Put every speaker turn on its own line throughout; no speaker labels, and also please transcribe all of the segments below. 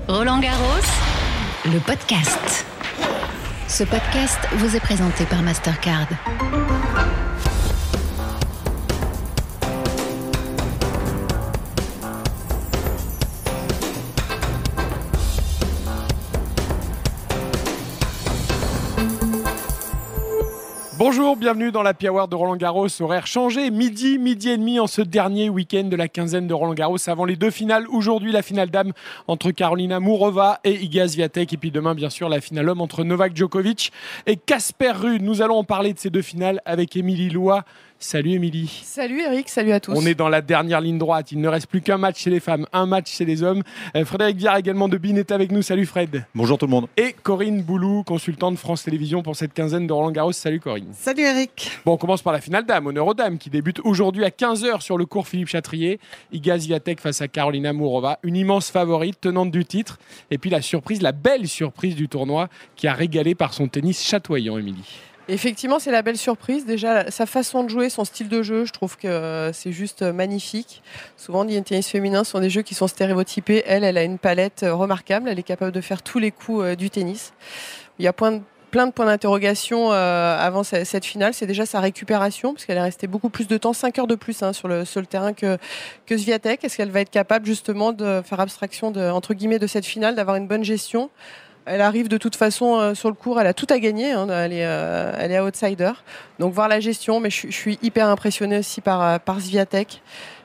Roland Garros, le podcast. Ce podcast vous est présenté par Mastercard.
Bonjour, bienvenue dans l'Happy Hour de Roland Garros, horaire changé, midi et demi en ce dernier week-end de la quinzaine de Roland Garros avant les deux finales. Aujourd'hui, la finale dame entre Karolina Mourova et Iga Swiatek, et puis demain, bien sûr, la finale homme entre Novak Djokovic et Casper Ruud. Nous allons en parler de ces deux finales avec Émilie Lois. Salut Émilie.
Salut Eric, salut à tous.
On est dans la dernière ligne droite, il ne reste plus qu'un match chez les femmes, un match chez les hommes. Frédéric Viard également de BeIN est avec nous, salut Fred.
Bonjour tout le monde.
Et Corinne Boulou, consultante France Télévisions pour cette quinzaine de Roland Garros, salut Corinne.
Salut Eric.
Bon, on commence par la finale dame, honneur aux dames, qui débute aujourd'hui à 15h sur le cours Philippe Chatrier. Iga Swiatek face à Karolina Mourova, une immense favorite, tenante du titre. Et puis la surprise, la belle surprise du tournoi, qui a régalé par son tennis chatoyant, Émilie.
Effectivement, c'est la belle surprise. Déjà, sa façon de jouer, son style de jeu, je trouve que c'est juste magnifique. Souvent, les tennis féminins sont des jeux qui sont stéréotypés. Elle a une palette remarquable. Elle est capable de faire tous les coups du tennis. Il y a plein de points d'interrogation avant cette finale. C'est déjà sa récupération, parce qu'elle est restée beaucoup plus de temps, 5 heures de plus sur le terrain que Swiatek. Est-ce qu'elle va être capable justement de faire abstraction entre guillemets de cette finale, d'avoir une bonne gestion? Elle arrive de toute façon sur le court, elle a tout à gagner, elle est outsider. Donc voir la gestion, mais je suis hyper impressionnée aussi par Swiatek,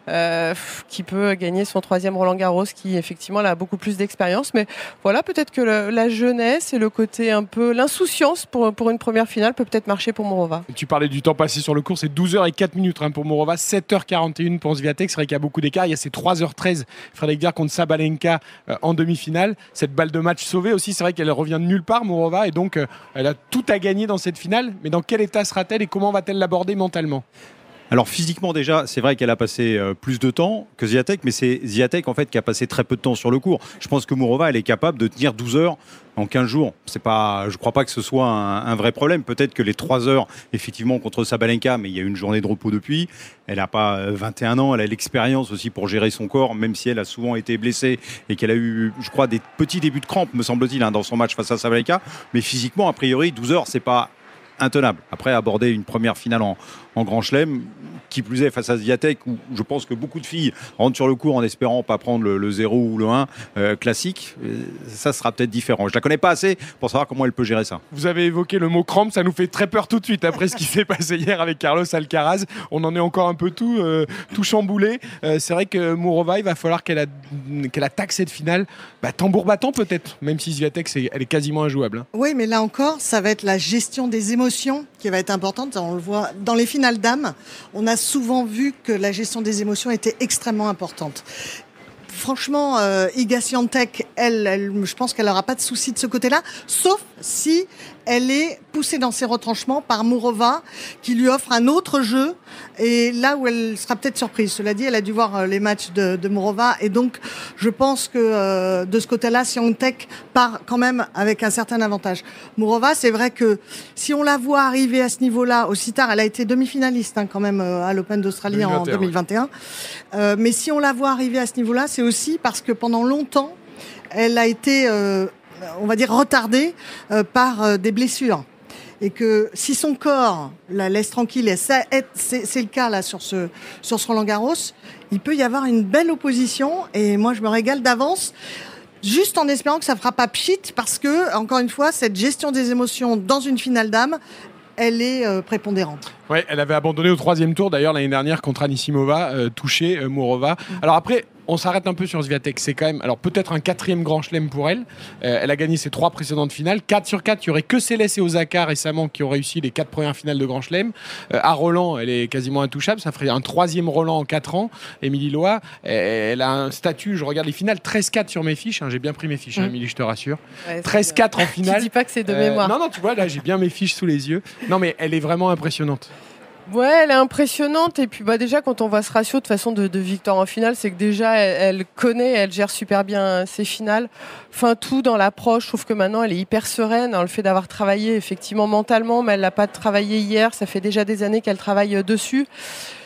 qui peut gagner son 3e Roland Garros, qui effectivement elle a beaucoup plus d'expérience. Mais voilà, peut-être que la jeunesse et le côté un peu l'insouciance pour une première finale peut-être marcher pour Mourova.
Tu parlais du temps passé sur le court, c'est 12h04 pour Mourova, 7h41 pour Swiatek. C'est vrai qu'il y a beaucoup d'écart, il y a ces 3h13 Frédéric Viard contre Sabalenka en demi-finale. Cette balle de match sauvée aussi, c'est vrai qu'elle revient de nulle part, Mourova, et donc elle a tout à gagner dans cette finale. Mais dans quel état sera-t-elle et comment va-t-elle l'aborder mentalement ?
Alors physiquement déjà, c'est vrai qu'elle a passé plus de temps que Swiatek, mais c'est Swiatek en fait qui a passé très peu de temps sur le court. Je pense que Mourova, elle est capable de tenir 12 heures en 15 jours. Je ne crois pas que ce soit un vrai problème. Peut-être que les 3 heures, effectivement, contre Sabalenka, mais il y a eu une journée de repos depuis. Elle n'a pas 21 ans, elle a l'expérience aussi pour gérer son corps, même si elle a souvent été blessée et qu'elle a eu, je crois, des petits débuts de crampes, me semble-t-il, dans son match face à Sabalenka. Mais physiquement, a priori, 12 heures, c'est pas intenable. Après, aborder une première finale en Grand Chelem, qui plus est face à Swiatek, où je pense que beaucoup de filles rentrent sur le court en espérant pas prendre le 0 ou le 1 classique. Ça sera peut-être différent. Je la connais pas assez pour savoir comment elle peut gérer ça.
Vous avez évoqué le mot crampe, ça nous fait très peur tout de suite après ce qui s'est passé hier avec Carlos Alcaraz. On en est encore un peu tout chamboulé. C'est vrai que Mourova, il va falloir qu'elle attaque cette finale tambour battant peut-être, même si Swiatek elle est quasiment injouable.
Oui, mais là encore, ça va être la gestion des émotions qui va être importante. On le voit dans les finales dames. On a souvent vu que la gestion des émotions était extrêmement importante. Franchement, Iga Swiatek, elle, je pense qu'elle n'aura pas de souci de ce côté-là, sauf si elle est poussée dans ses retranchements par Mourova, qui lui offre un autre jeu, et là où elle sera peut-être surprise. Cela dit, elle a dû voir les matchs de Mourova, et donc je pense que de ce côté-là, Swiatek part quand même avec un certain avantage. Mourova, c'est vrai que si on la voit arriver à ce niveau-là aussi tard, elle a été demi-finaliste quand même à l'Open d'Australie en 2021, mais si on la voit arriver à ce niveau-là, c'est aussi parce que pendant longtemps, elle a été, on va dire, retardée par des blessures. Et que si son corps la laisse tranquille, et c'est le cas là sur ce Roland Garros, il peut y avoir une belle opposition. Et moi, je me régale d'avance, juste en espérant que ça ne fera pas pchit, parce que, encore une fois, cette gestion des émotions dans une finale dame, elle est prépondérante.
Oui, elle avait abandonné au 3e tour d'ailleurs l'année dernière contre Anisimova, touché Mourova. Alors après, on s'arrête un peu sur Swiatek. C'est quand même, alors peut-être un 4e Grand Chelem pour elle. Elle a gagné ses 3 précédentes finales. 4 sur 4, il n'y aurait que Céleste et Osaka récemment qui ont réussi les 4 premières finales de Grand Chelem. À Roland, elle est quasiment intouchable. Ça ferait un 3e Roland en 4 ans. Émilie Lois, elle a un statut, je regarde les finales, 13-4 sur mes fiches. J'ai bien pris mes fiches, Émilie, je te rassure. Ouais, 13-4 en finale.
Tu dis pas que c'est de mémoire.
Non, tu vois, là, j'ai bien mes fiches sous les yeux. Non, mais elle est vraiment impressionnante.
Ouais, elle est impressionnante. Et puis déjà, quand on voit ce ratio de façon de victoire en finale, c'est que déjà, elle connaît, elle gère super bien ses finales. Enfin, tout dans l'approche. Je trouve que maintenant, elle est hyper sereine. Le fait d'avoir travaillé effectivement mentalement, mais elle l'a pas travaillé hier. Ça fait déjà des années qu'elle travaille dessus.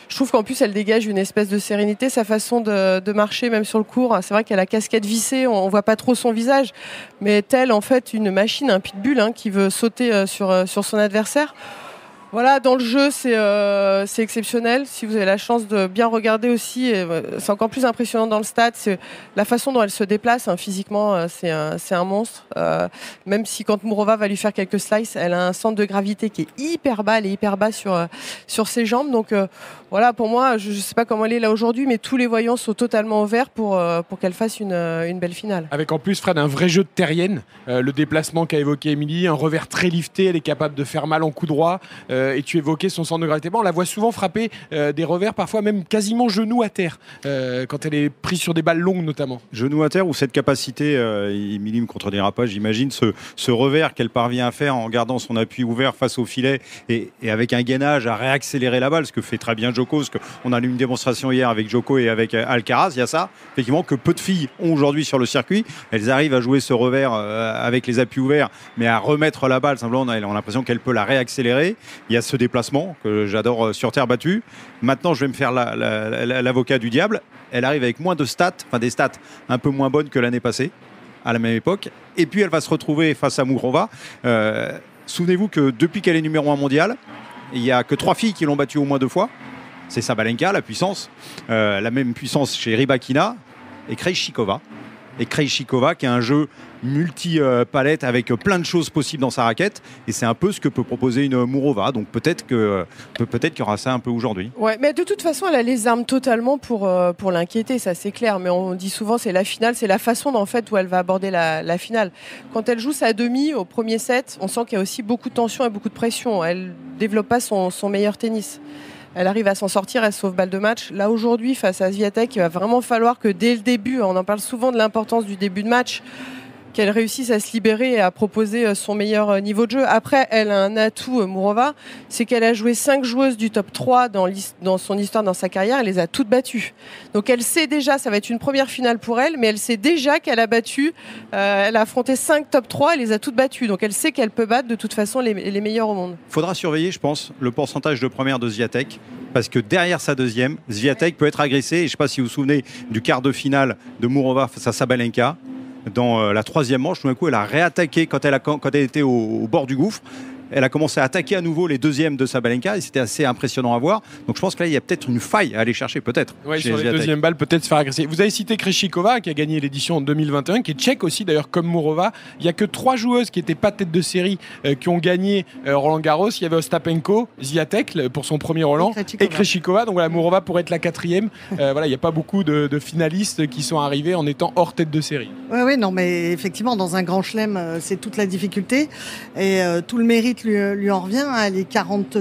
Je trouve qu'en plus, elle dégage une espèce de sérénité. Sa façon de marcher, même sur le court, c'est vrai qu'elle a la casquette vissée, on ne voit pas trop son visage. Mais telle, en fait, une machine, un pitbull qui veut sauter sur son adversaire. Voilà, dans le jeu, c'est exceptionnel. Si vous avez la chance de bien regarder aussi, c'est encore plus impressionnant dans le stade. C'est la façon dont elle se déplace physiquement, c'est un monstre. Même si quand Mourova va lui faire quelques slices, elle a un centre de gravité qui est hyper bas. Elle est hyper bas sur ses jambes. Donc voilà, pour moi, je ne sais pas comment elle est là aujourd'hui, mais tous les voyants sont totalement ouverts pour qu'elle fasse une belle finale.
Avec en plus, Fred, un vrai jeu de terrienne. Le déplacement qu'a évoqué Émilie, un revers très lifté, elle est capable de faire mal en coup droit. Et tu évoquais son centre de gravité. On la voit souvent frapper des revers, parfois même quasiment genou à terre, quand elle est prise sur des balles longues notamment.
Genou à terre ou cette capacité, Émilie me contredira pas, j'imagine, ce revers qu'elle parvient à faire en gardant son appui ouvert face au filet et avec un gainage à réaccélérer la balle, ce que fait très bien Djoko, parce qu'on a eu une démonstration hier avec Djoko et avec Alcaraz, il y a ça, effectivement, que peu de filles ont aujourd'hui sur le circuit. Elles arrivent à jouer ce revers avec les appuis ouverts, mais à remettre la balle, simplement, on a l'impression qu'elle peut la réaccélérer. Il y a ce déplacement que j'adore sur terre battue. Maintenant, je vais me faire l'avocat du diable. Elle arrive avec moins de stats, enfin des stats un peu moins bonnes que l'année passée, à la même époque. Et puis, elle va se retrouver face à Mourova. Souvenez-vous que depuis qu'elle est numéro 1 mondial, il n'y a que 3 filles qui l'ont battue au moins 2 fois. C'est Sabalenka, la puissance. La même puissance chez Rybakina et Krejcikova. Et Krejcikova qui a un jeu multi-palette avec plein de choses possibles dans sa raquette. Et c'est un peu ce que peut proposer une Mourova. Donc peut-être qu'il y aura ça un peu aujourd'hui.
Ouais, mais de toute façon, elle a les armes totalement pour l'inquiéter, ça c'est clair. Mais on dit souvent c'est la finale, c'est la façon où elle va aborder la finale. Quand elle joue sa demi au premier set, on sent qu'il y a aussi beaucoup de tension et beaucoup de pression. Elle développe pas son meilleur tennis. Elle arrive à s'en sortir, elle sauve balle de match. Là aujourd'hui, face à Swiatek, il va vraiment falloir que dès le début, on en parle souvent de l'importance du début de match, qu'elle réussisse à se libérer et à proposer son meilleur niveau de jeu. Après, elle a un atout, Mourova, c'est qu'elle a joué 5 joueuses du top 3 dans son histoire, dans sa carrière, elle les a toutes battues. Donc elle sait déjà, ça va être une première finale pour elle, mais elle sait déjà qu'elle a battu, elle a affronté 5 top 3, elle les a toutes battues. Donc elle sait qu'elle peut battre de toute façon les meilleurs au monde.
Il faudra surveiller, je pense, le pourcentage de première de Swiatek, parce que derrière sa deuxième, Swiatek peut être agressée. Et je ne sais pas si vous vous souvenez du quart de finale de Mourova face à Sabalenka. Dans la troisième manche, tout d'un coup, elle a réattaqué quand elle était au bord du gouffre. Elle a commencé à attaquer à nouveau les deuxièmes de Sabalenka et c'était assez impressionnant à voir. Donc je pense que là, il y a peut-être une faille à aller chercher, peut-être.
Oui, sur les deuxièmes balles, peut-être se faire agresser. Vous avez cité Krejcikova qui a gagné l'édition en 2021, qui est tchèque aussi, d'ailleurs, comme Mourova. Il n'y a que 3 joueuses qui n'étaient pas tête de série qui ont gagné Roland Garros. Il y avait Ostapenko, Swiatek pour son premier Roland et Krejcikova. Donc voilà, Mourova pourrait être la 4e. Voilà, il n'y a pas beaucoup de finalistes qui sont arrivés en étant hors tête de série.
Oui, non, mais effectivement, dans un grand chelem, c'est toute la difficulté. Et tout le mérite lui en revient. Elle est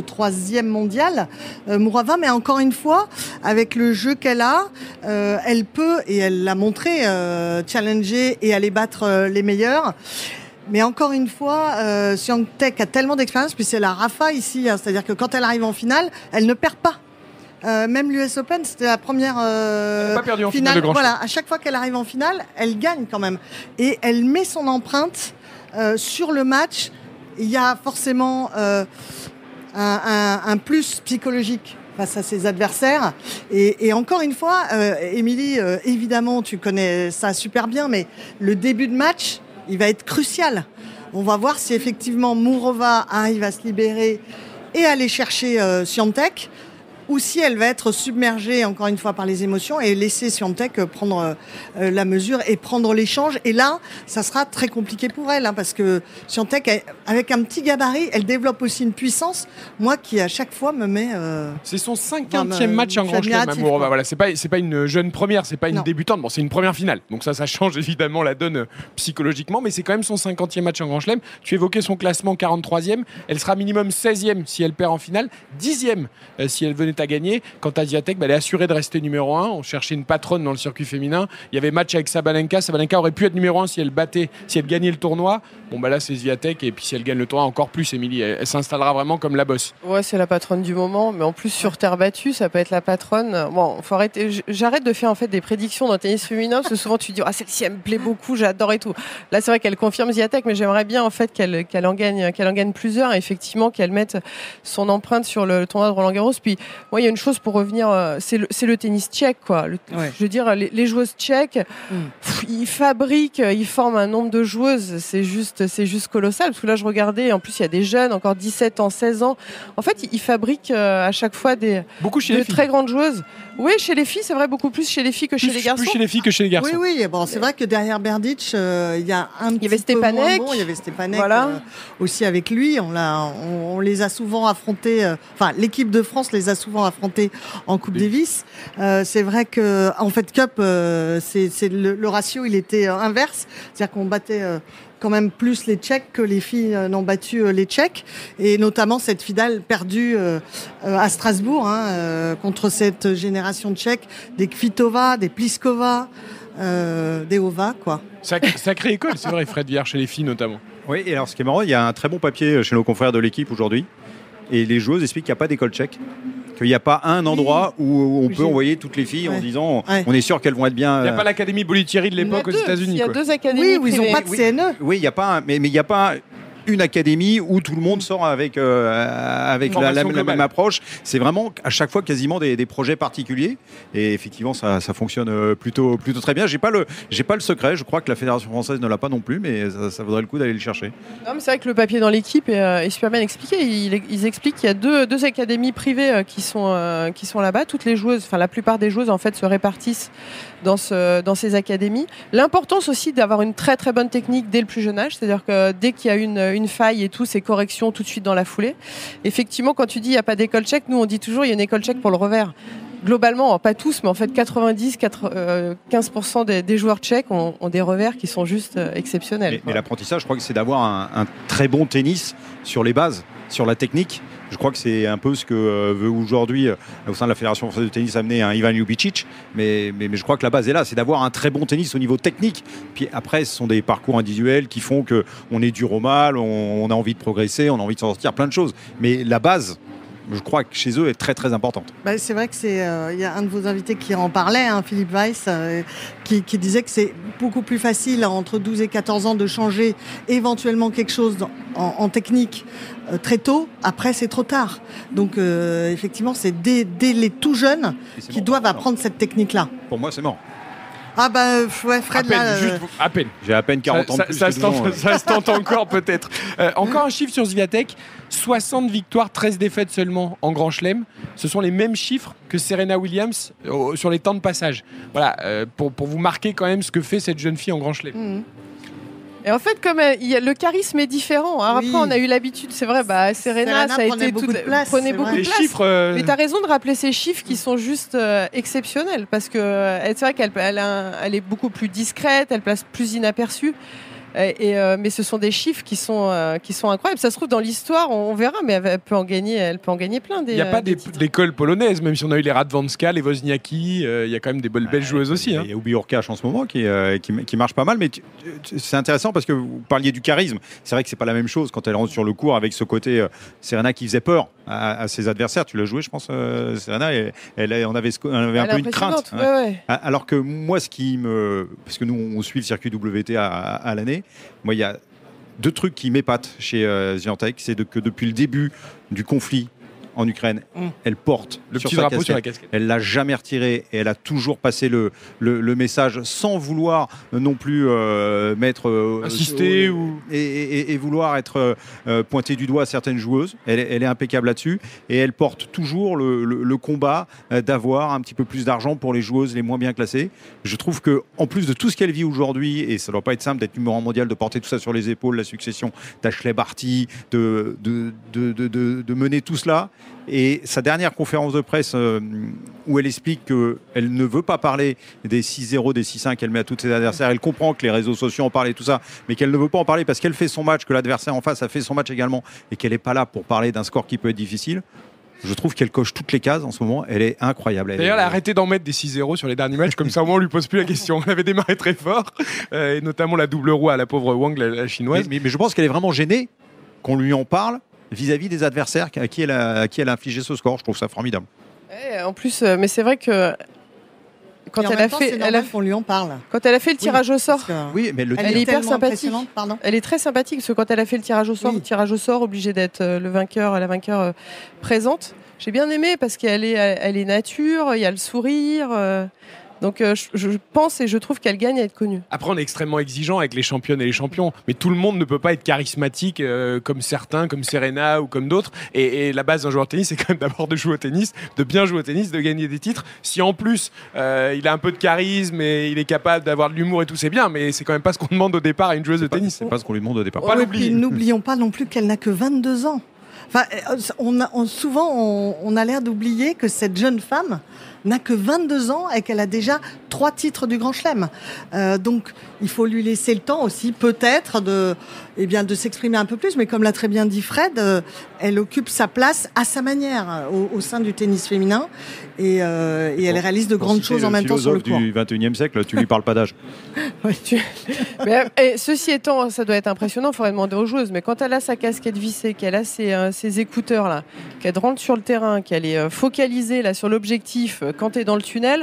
43e mondiale, Mourova, mais encore une fois, avec le jeu qu'elle a, elle peut, et elle l'a montré, challenger et aller battre les meilleurs. Mais encore une fois, Swiatek a tellement d'expérience, puis c'est la Rafa ici, c'est-à-dire que quand elle arrive en finale, elle ne perd pas. Même l'US Open, c'était la première
elle n'a pas perdu en finale.
Voilà, à chaque fois qu'elle arrive en finale, elle gagne quand même. Et elle met son empreinte sur le match. Il y a forcément un plus psychologique face à ses adversaires. Et encore une fois, Émilie, évidemment, tu connais ça super bien, mais le début de match, il va être crucial. On va voir si effectivement Mourova arrive à se libérer et aller chercher Swiatek, ou si elle va être submergée encore une fois par les émotions et laisser Swiatek prendre la mesure et prendre l'échange. Et là, ça sera très compliqué pour elle, parce que Swiatek, avec un petit gabarit, elle développe aussi une puissance, moi qui à chaque fois me met...
C'est son 50e match en Grand Chelem, Mourova. Voilà, c'est pas une jeune première, c'est pas une débutante. Bon, c'est une première finale, donc ça change évidemment la donne psychologiquement, mais c'est quand même son 50e match en Grand Chelem. Tu évoquais son classement 43e, elle sera minimum 16e si elle perd en finale, 10e si elle venait à gagner. Quant à Swiatek, elle est assurée de rester numéro 1. On cherchait une patronne dans le circuit féminin. Il y avait match avec Sabalenka. Sabalenka aurait pu être numéro 1 si elle gagnait le tournoi. Bon, là, c'est Swiatek. Et puis, si elle gagne le tournoi, encore plus, Émilie. Elle s'installera vraiment comme la bosse.
Ouais, c'est la patronne du moment. Mais en plus, sur terre battue, ça peut être la patronne. Bon, faut arrêter. J'arrête de faire en fait des prédictions dans le tennis féminin parce que souvent, tu dis, celle-ci, elle me plaît beaucoup, j'adore et tout. Là, c'est vrai qu'elle confirme Swiatek, mais j'aimerais bien en fait qu'elle en gagne plusieurs. Et effectivement, qu'elle mette son empreinte sur le tournoi de Roland Garros. Puis, Moi, il y a une chose pour revenir, c'est le tennis tchèque, quoi.
Ouais.
Je veux dire, les joueuses tchèques, ils fabriquent, ils forment un nombre de joueuses, c'est juste colossal. Parce que là, je regardais, en plus, il y a des jeunes, encore 17 ans, 16 ans. En fait, ils fabriquent à chaque fois
Beaucoup chez les filles.
très grandes joueuses. Oui, chez les filles, c'est vrai, beaucoup plus chez les filles que chez les garçons.
Plus chez les filles que chez les garçons.
Oui, bon, c'est vrai que derrière Berdych, il y a un petit peu
Stepanek.
moins bon. Il y avait Stepanek
Voilà.
aussi avec lui. On les a souvent affrontés. L'équipe de France les a souvent affrontés en Coupe Davis. C'est vrai que en Fed Cup, le ratio, il était inverse, c'est-à-dire qu'on battait quand même plus les Tchèques que les filles n'ont battu les Tchèques, et notamment cette finale perdue à Strasbourg contre cette génération tchèque, des Kvitova, des Pliskova, des Ova, quoi.
Sacrée école, c'est vrai, Fred Vierge chez les filles notamment.
Oui, et alors ce qui est marrant, il y a un très bon papier chez nos confrères de l'équipe aujourd'hui, et les joueuses expliquent qu'il n'y a pas d'école tchèque. Qu'il n'y a pas un endroit où on peut envoyer toutes les filles en disant on est sûr qu'elles vont être bien.
Il n'y a pas l'académie Bollettieri de l'époque aux États-Unis.
Il y a deux académies.
Oui, où ils n'ont pas de CNE.
Oui, il n'y a pas, mais il n'y a pas une académie où tout le monde sort avec la même approche. C'est vraiment à chaque fois quasiment des projets particuliers. Et effectivement, ça fonctionne plutôt très bien. J'ai pas le secret. Je crois que la Fédération française ne l'a pas non plus, mais ça vaudrait le coup d'aller le chercher.
Non, mais c'est vrai que le papier dans l'équipe est super bien expliqué. Ils expliquent qu'il y a deux académies privées qui sont là-bas. Toutes les joueuses, enfin la plupart des joueuses en fait se répartissent dans ces académies. L'importance aussi d'avoir une très très bonne technique dès le plus jeune âge, c'est-à-dire que dès qu'il y a une faille et tout, c'est correction tout de suite dans la foulée. Effectivement, quand tu dis il n'y a pas d'école tchèque, nous on dit toujours il y a une école tchèque pour le revers. Globalement, pas tous, mais en fait 90-15% des joueurs tchèques ont des revers qui sont juste exceptionnels.
Mais l'apprentissage, je crois que c'est d'avoir un très bon tennis sur les bases, sur la technique. Je crois que c'est un peu ce que veut aujourd'hui, au sein de la Fédération française de tennis, amener un Ivan Ljubicic. Mais je crois que la base est là, c'est d'avoir un très bon tennis au niveau technique. Puis après, ce sont des parcours individuels qui font qu'on est dur au mal, on a envie de progresser, on a envie de s'en sortir, plein de choses. Mais la base, je crois que chez eux, est très très importante.
C'est vrai que il y a un de vos invités qui en parlait, Philippe Weiss, qui disait que c'est beaucoup plus facile entre 12 et 14 ans de changer éventuellement quelque chose en technique très tôt. Après, c'est trop tard. Donc effectivement, c'est dès les tout jeunes qui doivent apprendre cette technique-là.
Pour moi, c'est mort.
Fred,
à peine.
J'ai à peine 40 ans de plus.
Ça se tente encore peut-être. Encore un chiffre sur Swiatek, 60 victoires, 13 défaites seulement en Grand Chelem. Ce sont les mêmes chiffres que Serena Williams sur les temps de passage. Voilà, pour vous marquer quand même ce que fait cette jeune fille en Grand Chelem.
Et en fait, comme le charisme est différent. Alors après, on a eu l'habitude, c'est vrai, Serena ça a été prenait beaucoup de place.
Chiffres,
Mais tu as raison de rappeler ces chiffres qui sont juste exceptionnels, parce que c'est vrai qu'elle elle est beaucoup plus discrète, elle passe plus inaperçue. Mais ce sont des chiffres qui sont incroyables. Ça se trouve dans l'histoire, on verra, mais elle peut en gagner plein. Il
n'y a pas d'école polonaise, même si on a eu les Radwanska, les Wozniacki, il y a quand même des belles joueuses aussi.
Il y a Ubi Urkash en ce moment qui marche pas mal, mais c'est intéressant parce que vous parliez du charisme. C'est vrai que c'est pas la même chose quand elle rentre sur le court avec ce côté Serena qui faisait peur à ses adversaires. Tu l'as joué, je pense, Serena, on avait un peu une crainte.
Ouais.
Alors que moi, parce que nous on suit le circuit WTA à l'année. Moi, il y a deux trucs qui m'épatent chez Swiatek, c'est que depuis le début du conflit en Ukraine, elle porte
le
sur
petit
sa
drapeau
casquette.
sur la casquette.
Elle l'a jamais retiré et elle a toujours passé le message sans vouloir non plus mettre
insister
et vouloir être pointée du doigt à certaines joueuses. Elle est impeccable là-dessus et elle porte toujours le combat d'avoir un petit peu plus d'argent pour les joueuses les moins bien classées. Je trouve que en plus de tout ce qu'elle vit aujourd'hui, et ça doit pas être simple d'être numéro 1 mondial, de porter tout ça sur les épaules, la succession d'Ashley Barty, de mener tout cela. Et sa dernière conférence de presse où elle explique qu'elle ne veut pas parler des 6-0, des 6-5 qu'elle met à tous ses adversaires. Elle comprend que les réseaux sociaux en parlent et tout ça, mais qu'elle ne veut pas en parler parce qu'elle fait son match, que l'adversaire en face a fait son match également et qu'elle n'est pas là pour parler d'un score qui peut être difficile. Je trouve qu'elle coche toutes les cases en ce moment. Elle est incroyable.
D'ailleurs, elle a arrêté d'en mettre des 6-0 sur les derniers matchs. Comme ça, au moins, on lui pose plus la question. Elle avait démarré très fort, et notamment la double roue à la pauvre Wang, la chinoise.
Mais je pense qu'elle est vraiment gênée qu'on lui en parle vis-à-vis des adversaires à qui elle a infligé ce score. Je trouve ça formidable.
Ouais, en plus, mais c'est vrai que quand
on lui en parle.
Quand elle a fait le tirage au sort,
oui, mais
elle est hyper sympathique. Elle est très sympathique parce que quand elle a fait le tirage au sort, obligé d'être la vainqueur présente. J'ai bien aimé parce qu'elle est nature, il y a le sourire. Donc je pense et je trouve qu'elle gagne à être connue.
Après, on est extrêmement exigeant avec les championnes et les champions, mais tout le monde ne peut pas être charismatique comme certains, comme Serena ou comme d'autres. Et la base d'un joueur de tennis, c'est quand même d'abord de jouer au tennis, de bien jouer au tennis, de gagner des titres. Si en plus il a un peu de charisme et il est capable d'avoir de l'humour et tout, c'est bien, mais c'est quand même pas ce qu'on demande au départ à une joueuse de tennis.
C'est pas ce qu'on lui demande au départ.
Pas l'oublier.
N'oublions pas non plus qu'elle n'a que 22 ans. Enfin, souvent, on a l'air d'oublier que cette jeune femme n'a que 22 ans et qu'elle a déjà 3 titres du Grand Chelem. Donc, il faut lui laisser le temps aussi, peut-être, de s'exprimer un peu plus. Mais comme l'a très bien dit Fred, elle occupe sa place à sa manière au sein du tennis féminin. Et elle réalise de grandes choses en même temps sur le court.
Du 21e siècle, tu lui parles pas d'âge.
Mais ceci étant, ça doit être impressionnant, il faudrait demander aux joueuses. Mais quand elle a sa casquette vissée, qu'elle a ses écouteurs, là, qu'elle rentre sur le terrain, qu'elle est focalisée là, sur l'objectif, quand tu es dans le tunnel,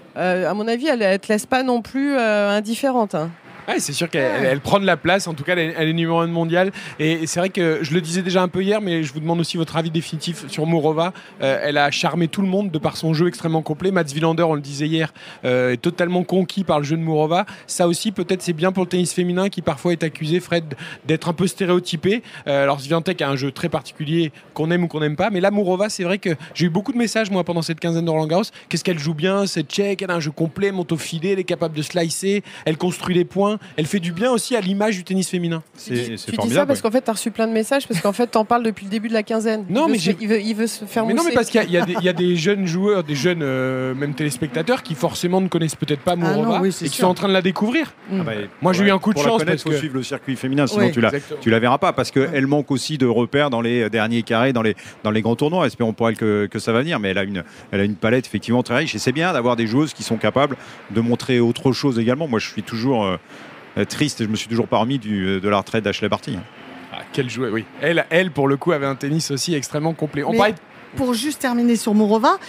à mon avis, elle ne te laisse pas non plus indifférente. Hein.
Ouais, c'est sûr qu'elle prend de la place. En tout cas, elle est numéro 1 mondiale. Et c'est vrai que je le disais déjà un peu hier, mais je vous demande aussi votre avis définitif sur Mourova. Elle a charmé tout le monde de par son jeu extrêmement complet. Mats Wilander, on le disait hier, est totalement conquis par le jeu de Mourova. Ça aussi, peut-être, c'est bien pour le tennis féminin qui parfois est accusé, Fred, d'être un peu stéréotypé. Alors, Swiatek a un jeu très particulier qu'on aime ou qu'on n'aime pas. Mais là, Mourova, c'est vrai que j'ai eu beaucoup de messages, moi, pendant cette quinzaine de Roland-Garros. Qu'est-ce qu'elle joue bien, cette tchèque, elle a un jeu complet, monte au filet, elle est capable de slicer, elle construit les points. Elle fait du bien aussi à l'image du tennis féminin.
Tu dis ça parce qu'en fait, tu as reçu plein de messages, parce qu'en fait, tu en parles depuis le début de la quinzaine.
Non, mais
il veut se faire mousser.
Non, mais parce qu'il y a des jeunes joueurs, des jeunes même téléspectateurs qui forcément ne connaissent peut-être pas Mourova et qui sont en train de la découvrir. Moi, j'ai eu un coup de chance.
Il faut suivre le circuit féminin, sinon tu la verras pas, parce qu'elle manque aussi de repères dans les derniers carrés, dans les grands tournois. Espérons pour elle que ça va venir, mais elle a une palette effectivement très riche, et c'est bien d'avoir des joueuses qui sont capables de montrer autre chose également. Moi, je suis toujours triste et je me suis toujours pas remis de la retraite d'Ashley Barty.
Ah, quelle joueuse, oui. Elle, pour le coup, avait un tennis aussi extrêmement complet.
Pour juste terminer sur Mourova,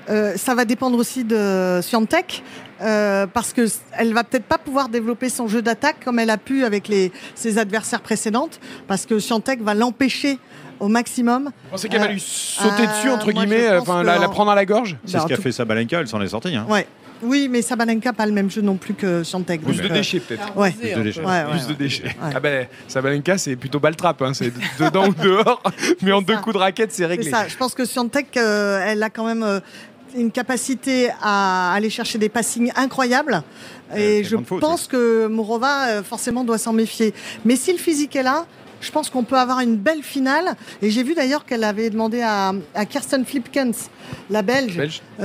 ça va dépendre aussi de Swiatek, parce qu'elle va peut-être pas pouvoir développer son jeu d'attaque comme elle a pu avec ses adversaires précédentes, parce que Swiatek va l'empêcher au maximum.
Vous pensez qu'elle va lui sauter dessus, entre guillemets, la prendre à la gorge?
C'est ce qu'a fait Sabalenka, elle s'en est sortie. Hein.
Ouais. Oui, mais Sabalenka n'a pas le même jeu non plus que Swiatek.
Plus de déchets, peut-être.
Ouais.
Plus de déchets.
Plus de déchets. Ouais. Ah ben, Sabalenka, c'est plutôt ball-trap. Hein. C'est dedans ou dehors. Mais en 2 coups de raquette, c'est réglé.
C'est ça. Je pense que Swiatek, elle a quand même une capacité à aller chercher des passings incroyables. Et je pense que Mourova, forcément, doit s'en méfier. Mais si le physique est là, je pense qu'on peut avoir une belle finale. Et j'ai vu d'ailleurs qu'elle avait demandé à Kirsten Flipkens, la Belge.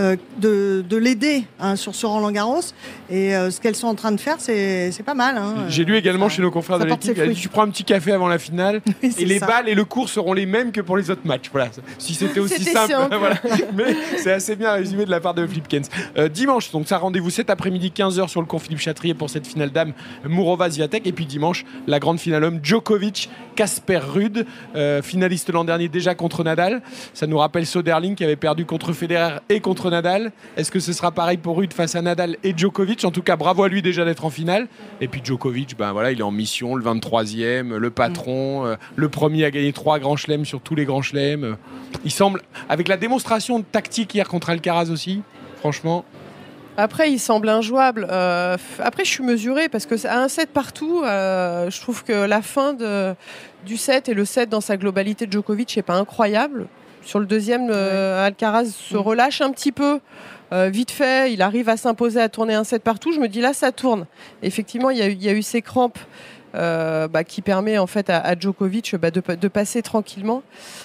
De l'aider sur ce Roland-Garros. Et ce qu'elles sont en train de faire, c'est pas mal. Hein.
J'ai lu également chez nos confrères de l'équipe, elle a dit, tu prends un petit café avant la finale et les balles et le cours seront les mêmes que pour les autres matchs. Voilà. Si c'était aussi simple. Voilà. Mais c'est assez bien résumé de la part de Flipkens. Dimanche, donc ça, rendez-vous cet après-midi 15h sur le cours Philippe Chatrier pour cette finale dame Mourova-Swiatek. Et puis dimanche, la grande finale homme, Djokovic, Casper Ruud, finaliste l'an dernier déjà contre Nadal. Ça nous rappelle Soderling qui avait perdu contre Federer et contre Nadal. Est-ce que ce sera pareil pour Ruud face à Nadal et Djokovic? En tout cas, bravo à lui déjà d'être en finale. Et puis Djokovic, il est en mission, le 23e, le patron, le premier à gagner 3 grands chelems sur tous les grands chelems. Il semble, avec la démonstration de tactique hier contre Alcaraz aussi, franchement...
Après, il semble injouable. Après, je suis mesurée parce que à un set partout, je trouve que la fin du set et le set dans sa globalité de Djokovic n'est pas incroyable. Sur le deuxième, Alcaraz se relâche un petit peu. Vite fait, il arrive à s'imposer, à tourner un set partout. Je me dis là, ça tourne. Effectivement, il y a eu ces crampes qui permet en fait à Djokovic de passer tranquillement.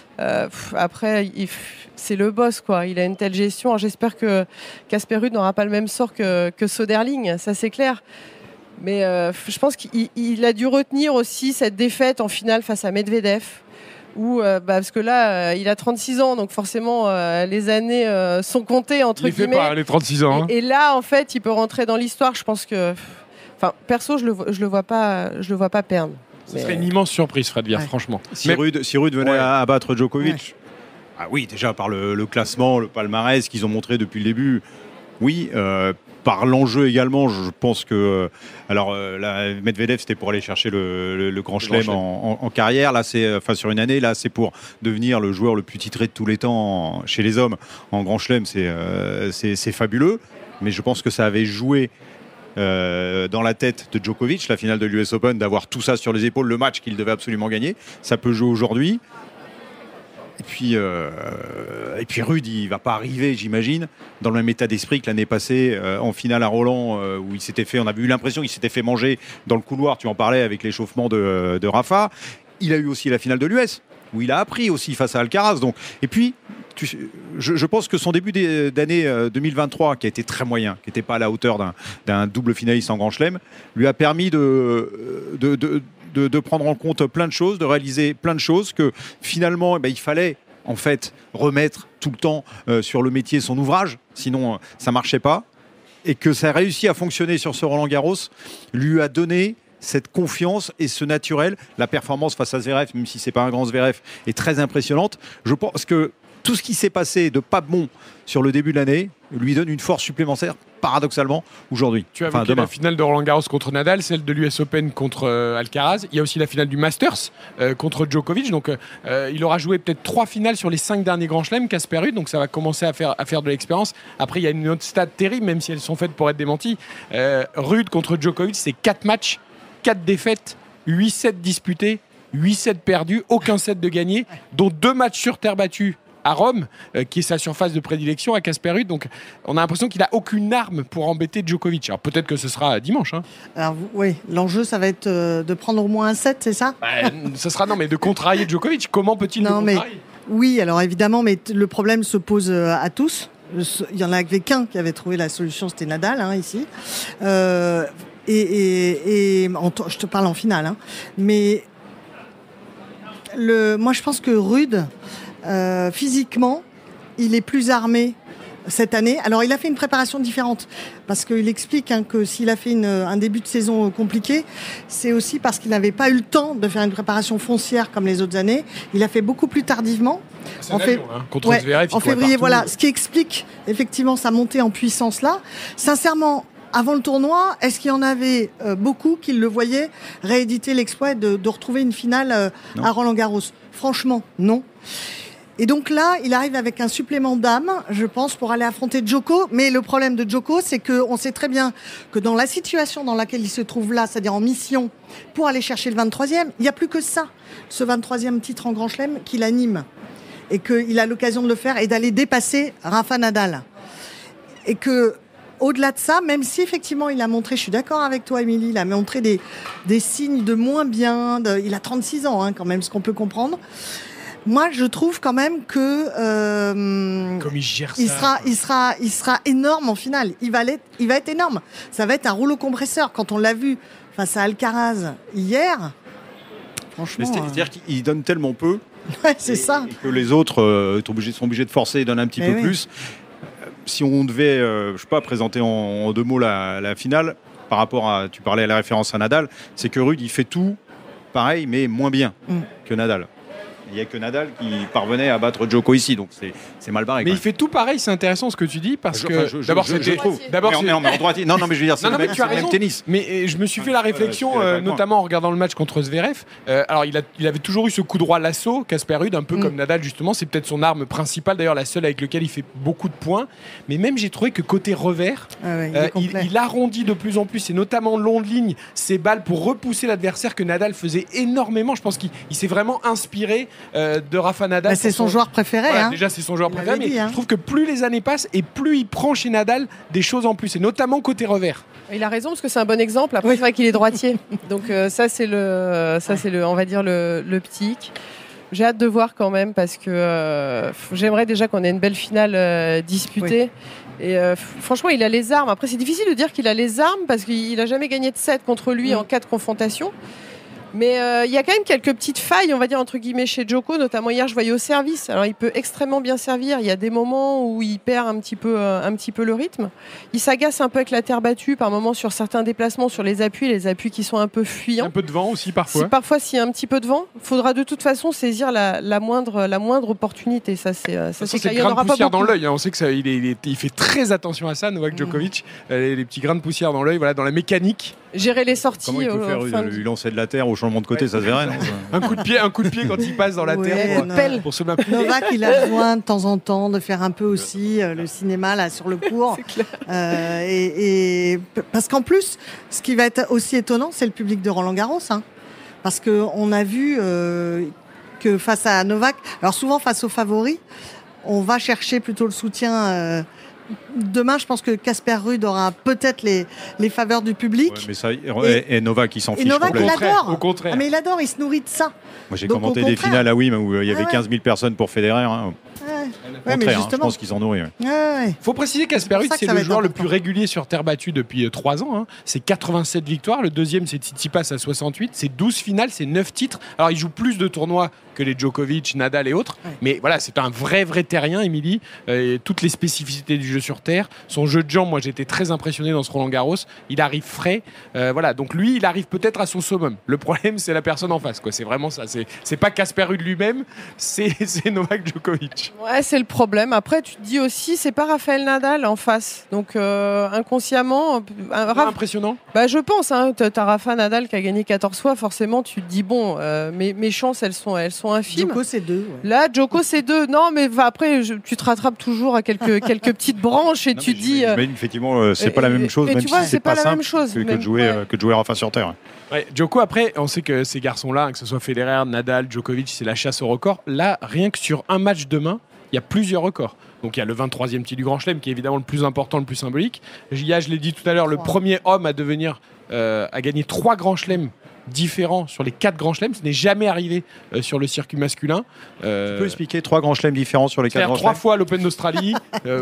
Après, c'est le boss, quoi. Il a une telle gestion. Alors, j'espère que Casper Ruud n'aura pas le même sort que Soderling, ça c'est clair. Mais je pense qu'il a dû retenir aussi cette défaite en finale face à Medvedev. Parce que là, il a 36 ans, donc forcément, les années sont comptées, entre guillemets.
Il fait pas les 36 ans. Hein.
Et là, en fait, il peut rentrer dans l'histoire. Je pense que... perso, je le vois pas perdre.
Ce serait une immense surprise, Fred Vier, franchement.
Si Ruud venait à battre Djokovic, ah oui, déjà par le classement, le palmarès qu'ils ont montré depuis le début, Oui, par l'enjeu également, je pense que Medvedev c'était pour aller chercher le Grand Chelem en carrière. Là, sur une année. Là, c'est pour devenir le joueur le plus titré de tous les temps chez les hommes en Grand Chelem. C'est fabuleux, mais je pense que ça avait joué dans la tête de Djokovic, la finale de l'US Open, d'avoir tout ça sur les épaules, le match qu'il devait absolument gagner. Ça peut jouer aujourd'hui. Et puis Ruud, il ne va pas arriver, j'imagine, dans le même état d'esprit que l'année passée en finale à Roland, où on avait eu l'impression qu'il s'était fait manger dans le couloir. Tu en parlais avec l'échauffement de Rafa. Il a eu aussi la finale de l'US, où il a appris aussi face à Alcaraz. Et puis, je pense que son début d'année 2023, qui a été très moyen, qui n'était pas à la hauteur d'un double finaliste en Grand Chelem, lui a permis de prendre en compte plein de choses, de réaliser plein de choses, que finalement, il fallait en fait remettre tout le temps sur le métier son ouvrage, sinon ça ne marchait pas. Et que ça a réussi à fonctionner sur ce Roland-Garros, lui a donné cette confiance et ce naturel. La performance face à Zverev, même si ce n'est pas un grand Zverev, est très impressionnante. Je pense que tout ce qui s'est passé de pas bon sur le début de l'année lui donne une force supplémentaire, paradoxalement, aujourd'hui.
Tu as évoqué la finale de Roland-Garros contre Nadal, celle de l'US Open contre Alcaraz. Il y a aussi la finale du Masters contre Djokovic. Donc, il aura joué peut-être 3 finales sur les 5 derniers Grands Chelems, Casper Ruud. Donc, ça va commencer à faire de l'expérience. Après, il y a une autre stat terrible, même si elles sont faites pour être démenties. Ruud contre Djokovic, c'est 4 matchs, 4 défaites, 8 sets disputés, 8 sets perdus, aucun set de gagné, dont 2 matchs sur terre battue à Rome, qui est sa surface de prédilection à Casper Ruud. Donc on a l'impression qu'il n'a aucune arme pour embêter Djokovic. Alors peut-être que ce sera dimanche.
Alors oui, l'enjeu ça va être de prendre au moins un set, c'est ça?
Ce sera mais de contrarier Djokovic. Comment peut-il le contrarier?
Oui, alors évidemment, mais le problème se pose à tous. Il y en avait qu'un qui avait trouvé la solution, c'était Nadal ici. Je te parle en finale. Mais moi je pense que Ruud, physiquement, il est plus armé cette année. Alors, il a fait une préparation différente parce qu'il explique que s'il a fait un début de saison compliqué, c'est aussi parce qu'il n'avait pas eu le temps de faire une préparation foncière comme les autres années. Il a fait beaucoup plus tardivement.
Contre Zverev,
en février, voilà. Ce qui explique effectivement sa montée en puissance là. Sincèrement, avant le tournoi, est-ce qu'il y en avait beaucoup qui le voyaient rééditer l'exploit de retrouver une finale à Roland-Garros? Franchement, non. Et donc là, il arrive avec un supplément d'âme, je pense, pour aller affronter Djoko. Mais le problème de Djoko, c'est qu'on sait très bien que dans la situation dans laquelle il se trouve là, c'est-à-dire en mission pour aller chercher le 23e, il n'y a plus que ça, ce 23e titre en Grand Chelem, qui l'anime. Et qu'il a l'occasion de le faire et d'aller dépasser Rafa Nadal. Et que, au-delà de ça, même si effectivement il a montré, je suis d'accord avec toi Émilie, il a montré des signes de moins bien, il a 36 ans quand même, ce qu'on peut comprendre. Moi, je trouve quand même que
comme il gère ça,
il sera énorme en finale. Il va être énorme. Ça va être un rouleau compresseur. Quand on l'a vu face à Alcaraz hier, franchement.
C'est-à-dire qu'il donne tellement peu.
Ouais, c'est ça.
Et que les autres sont obligés de forcer et donnent un petit peu plus. Si on devait, présenter en 2 mots la finale, par rapport à, tu parlais à la référence à Nadal, c'est que Ruud, il fait tout pareil, mais moins bien que Nadal. Il n'y a que Nadal qui parvenait à battre Djoko ici, donc c'est mal barré.
Mais il fait tout pareil, c'est intéressant ce que tu dis, parce que d'abord
mais en droitier. Non, mais je veux dire, c'est le même tennis.
Mais je me suis fait la réflexion, notamment en regardant le match contre Zverev. Alors il avait toujours eu ce coup droit lasso, Casper Ruud, un peu comme Nadal justement. C'est peut-être son arme principale, d'ailleurs la seule avec laquelle il fait beaucoup de points. Mais même j'ai trouvé que côté revers, il arrondit de plus en plus, et notamment long de ligne, ses balles pour repousser l'adversaire que Nadal faisait énormément. Je pense qu'il s'est vraiment inspiré de Rafa Nadal.
C'est son joueur préféré.
Voilà, déjà, c'est son joueur préféré. Mais je trouve que plus les années passent et plus il prend chez Nadal des choses en plus, et notamment côté revers.
Il a raison, parce que c'est un bon exemple. Après, c'est vrai qu'il est droitier. Donc ça, c'est on va dire le petit hic. J'ai hâte de voir quand même, parce que j'aimerais déjà qu'on ait une belle finale disputée. Oui. Et franchement, il a les armes. Après, c'est difficile de dire qu'il a les armes, parce qu'il n'a jamais gagné de set contre lui en cas de confrontation. Mais il y a quand même quelques petites failles, on va dire, entre guillemets, chez Djoko. Notamment hier, je voyais au service. Alors, il peut extrêmement bien servir. Il y a des moments où il perd un petit peu le rythme. Il s'agace un peu avec la terre battue, par moments, sur certains déplacements, sur les appuis qui sont un peu fuyants.
Un peu de vent aussi, parfois.
Parfois, s'il y a un petit peu de vent, il faudra de toute façon saisir la moindre opportunité. Ça, c'est
ces grains de poussière dans l'œil. On sait qu'il fait très attention à ça, Novak Djokovic. Les petits grains de poussière dans l'œil, voilà, dans la mécanique.
Gérer les sorties.
Comment il peut faire lui lancer de la terre au changement de côté, ça se verrait, non?
Un coup de pied quand il passe dans la terre pour se maintenir.
Novak, il a besoin de temps en temps de faire un peu aussi le cinéma là sur le court. Et parce qu'en plus, ce qui va être aussi étonnant, c'est le public de Roland-Garros, hein. Parce qu'on a vu que face à Novak, alors souvent face aux favoris, on va chercher plutôt le soutien. Demain, je pense que Casper Ruud aura peut-être les faveurs du public.
Ouais, mais ça, et Novak, il s'en fiche.
Et Novak, il adore.
Au contraire.
Ah, mais il adore, il se nourrit de ça.
Moi, j'ai commenté des finales à Wim où il y avait 15 000 personnes pour Federer. Hein.
Ouais, mais justement.
Je pense qu'ils en nourrit.
Ouais.
Faut préciser qu'Asper Ruud, c'est le joueur le plus régulier sur terre battue depuis 3 ans. Hein. C'est 87 victoires. Le deuxième, c'est Tsitsipas à 68. C'est 12 finales, c'est 9 titres. Alors, il joue plus de tournois que les Djokovic, Nadal et autres. Ouais. Mais voilà, c'est un vrai terrien, Émilie. Toutes les spécificités du jeu sur terre. Son jeu de jambes, moi, j'étais très impressionné dans ce Roland-Garros. Il arrive frais. Voilà, donc lui, il arrive peut-être à son summum. Le problème, c'est la personne en face, quoi. C'est vraiment ça. C'est pas Casper Ruud lui-même, c'est Novak Djokovic.
Ouais, c'est le problème. Après, tu te dis aussi, c'est pas Rafael Nadal en face. Donc, inconsciemment...
impressionnant.
Bah, je pense. Hein, t'as Rafa Nadal qui a gagné 14 fois. Forcément, tu te dis, bon, mes chances, elles sont infimes.
Djoko, c'est 2. Ouais.
Là, Djoko, c'est 2. Non, mais après, tu te rattrapes toujours à quelques petites branches et tu dis...
Mais effectivement, c'est pas la même chose, même si c'est pas simple que de jouer Rafa sur terre.
Ouais, Djoko, après, on sait que ces garçons-là, que ce soit Federer, Nadal, Djokovic, c'est la chasse au record. Là, rien que sur un match demain, il y a plusieurs records. Donc il y a le 23e titre du Grand Chelem qui est évidemment le plus important, le plus symbolique. Je l'ai dit tout à l'heure, le premier homme à gagner 3 Grands Chelems différents sur les 4 Grands Chelems. Ce n'est jamais arrivé sur le circuit masculin.
Tu peux expliquer 3 Grands Chelems différents sur les 4 Grands Chelems?
3 fois l'Open d'Australie,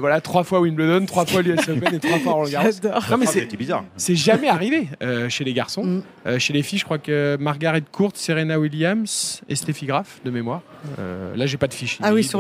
3 fois Wimbledon, 3 fois l'US Open et 3 fois Roland Garros.
Non mais c'est bizarre.
C'est jamais arrivé chez les garçons. Chez les filles, je crois que Margaret Court, Serena Williams et Steffi Graf de mémoire. Là, j'ai pas de fichier.
Ah oui, sur tous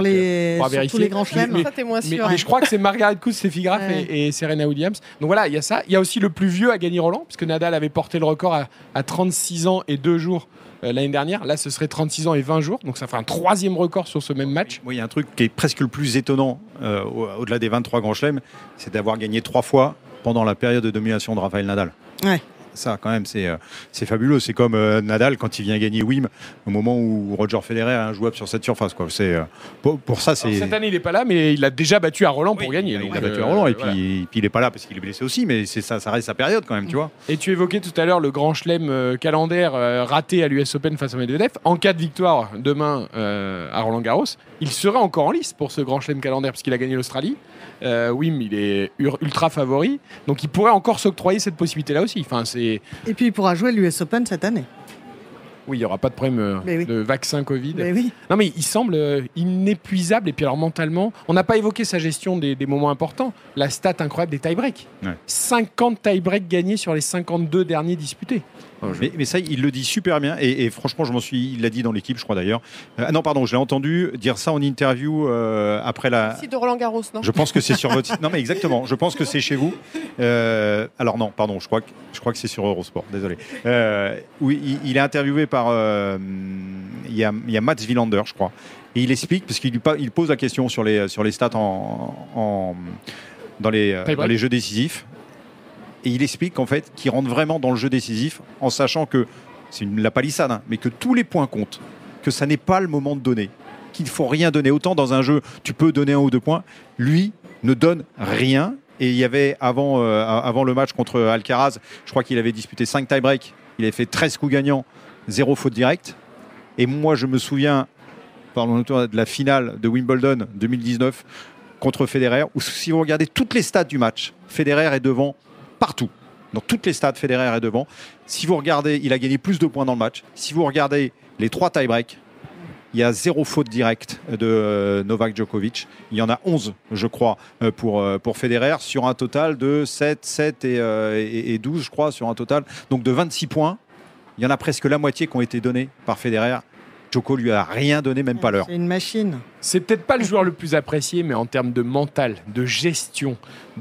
les Grands Chelems.
Ça, t'es moins sûr.
Mais je crois que c'est Margaret Court, Steffi Graf et Serena Williams. Donc voilà, il y a ça. Il y a aussi le plus vieux à gagner Roland, puisque Nadal avait porté le record à 36 ans et 2 jours l'année dernière. Là, ce serait 36 ans et 20 jours. Donc ça fait un 3e record sur ce même match.
Moi, il y a un truc qui est presque le plus étonnant au-delà des 23 Grands Chelems, c'est d'avoir gagné 3 fois pendant la période de domination de Rafael Nadal.
Ouais.
Ça, quand même, c'est fabuleux. C'est comme Nadal quand il vient gagner Wim, au moment où Roger Federer est injouable sur cette surface, quoi. Pour ça, c'est...
Alors, cette année, il n'est pas là, mais il a déjà battu à Roland pour gagner.
Il a battu à Roland, et puis il n'est pas là parce qu'il est blessé aussi, mais ça reste sa période quand même, tu vois.
Et tu évoquais tout à l'heure le Grand Chelem calendaire raté à l'US Open face à Medvedev. En cas de victoire demain à Roland-Garros, il serait encore en lice pour ce Grand Chelem calendaire puisqu'il a gagné l'Australie. Wim, il est ultra favori, donc il pourrait encore s'octroyer cette possibilité-là aussi.
Et puis il pourra jouer l'US Open cette année.
Oui, il n'y aura pas de problème de vaccin Covid.
Oui.
Non, mais il semble inépuisable. Et puis alors mentalement, on n'a pas évoqué sa gestion des moments importants. La stat incroyable des tie-breaks. 50 tie-breaks gagnés sur les 52 derniers disputés.
Mais ça, il le dit super bien. Et franchement, il l'a dit dans l'équipe, je crois d'ailleurs. Non, pardon, je l'ai entendu dire ça en interview après la...
Site de Roland-Garros, non?
Je pense que c'est sur votre site. Non, mais exactement. Je pense que c'est chez vous. Alors non, pardon, je crois que c'est sur Eurosport. Désolé. Oui, il est interviewé par... Il y a Mats Wilander, je crois. Et il explique, parce qu'il pose la question sur les stats dans les jeux décisifs. Et il explique qu'en fait, qu'il rentre vraiment dans le jeu décisif en sachant que c'est la palissade, hein, mais que tous les points comptent, que ça n'est pas le moment de donner, qu'il ne faut rien donner. Autant dans un jeu, tu peux donner 1 ou 2 points. Lui ne donne rien. Et il y avait avant le match contre Alcaraz, je crois qu'il avait disputé 5 tie-breaks. Il avait fait 13 coups gagnants, 0 faute directe. Et moi, je me souviens, parlons de la finale de Wimbledon 2019 contre Federer, où si vous regardez toutes les stats du match, Federer est devant partout. Dans toutes les stats, Federer est devant. Si vous regardez, il a gagné plus de points dans le match. Si vous regardez les 3 tie-breaks, il y a 0 faute directe de Novak Djokovic. Il y en a 11, je crois, pour Federer, sur un total de 7 et 12, je crois, sur un total. Donc de 26 points. il y en a presque la moitié qui ont été donnés par Federer. Djoko lui a rien donné, même pas l'heure.
C'est une machine.
C'est peut-être pas le joueur le plus apprécié, mais en termes de mental, de gestion,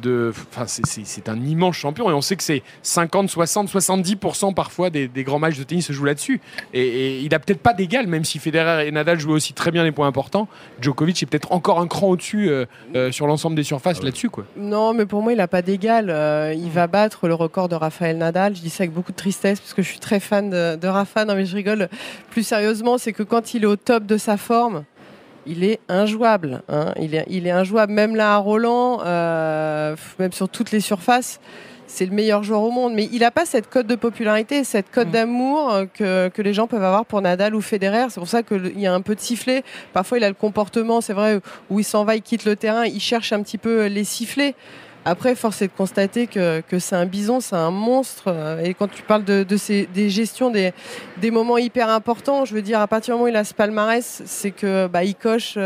c'est un immense champion. Et on sait que c'est 50, 60, 70% parfois des grands matchs de tennis se jouent là-dessus. Et il a peut-être pas d'égal, même si Federer et Nadal jouaient aussi très bien les points importants. Djokovic est peut-être encore un cran au-dessus sur l'ensemble des surfaces là-dessus, quoi.
Non, mais pour moi, il n'a pas d'égal. Il va battre le record de Rafael Nadal. Je dis ça avec beaucoup de tristesse parce que je suis très fan de Rafa. Non, mais je rigole. Plus sérieusement, c'est que quand il est au top de sa forme, il est injouable. Hein. Il est injouable. Même là à Roland, même sur toutes les surfaces, c'est le meilleur joueur au monde. Mais il n'a pas cette cote de popularité, cette cote d'amour que les gens peuvent avoir pour Nadal ou Federer. C'est pour ça qu'il y a un peu de sifflet. Parfois, il a le comportement, c'est vrai, où il s'en va, il quitte le terrain, il cherche un petit peu les sifflets. Après, force est de constater que c'est un bison, c'est un monstre. Et quand tu parles des gestions, des moments hyper importants, je veux dire, à partir du moment où il a ce palmarès, c'est que il coche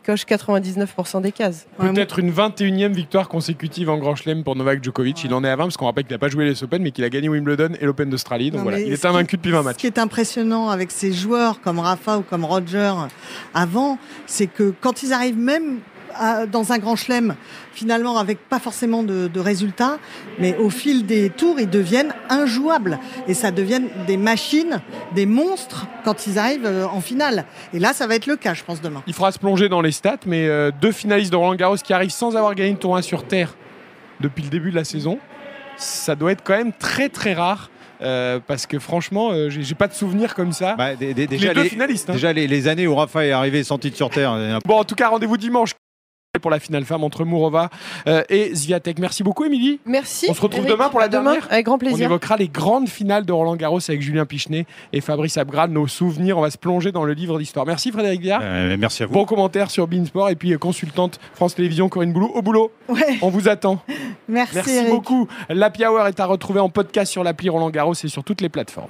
99% des cases.
Peut-être une 21e victoire consécutive en Grand Chelem pour Novak Djokovic. Ouais. Il en est à 20 parce qu'on rappelle qu'il n'a pas joué les Open, mais qu'il a gagné Wimbledon et l'Open d'Australie. Donc voilà, il est invaincu depuis 20 matchs.
Ce qui est impressionnant avec ces joueurs comme Rafa ou comme Roger avant, c'est que quand ils arrivent même dans un grand chelem, finalement avec pas forcément de résultats, mais au fil des tours, ils deviennent injouables. Et ça deviennent des machines, des monstres quand ils arrivent en finale. Et là, ça va être le cas, je pense, demain.
Il faudra se plonger dans les stats, mais 2 finalistes de Roland-Garros qui arrivent sans avoir gagné de tournoi sur terre depuis le début de la saison, ça doit être quand même très très rare. Parce que franchement, j'ai pas de souvenirs comme ça.
Déjà, les 2
finalistes.
Déjà les années où Rafa est arrivé sans titre sur terre.
Bon, en tout cas, rendez-vous dimanche pour la finale femme entre Mourova et Swiatek. Merci beaucoup, Émilie.
Merci.
On se retrouve demain pour la dernière.
Avec grand plaisir.
On évoquera les grandes finales de Roland-Garros avec Julien Pichenet et Fabrice Abgrad, nos souvenirs. On va se plonger dans le livre d'histoire. Merci Frédéric Viard.
Merci à vous.
Bon commentaire sur Beansport et puis consultante France Télévisions Corinne Boulou. Au boulot.
Ouais.
On vous attend.
Merci
beaucoup. L'Happy Hour est à retrouver en podcast sur l'appli Roland-Garros et sur toutes les plateformes.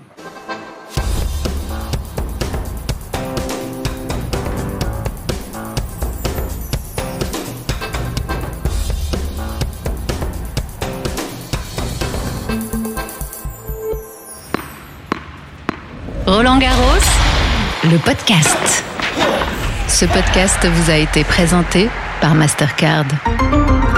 Roland-Garros, le podcast. Ce podcast vous a été présenté par Mastercard.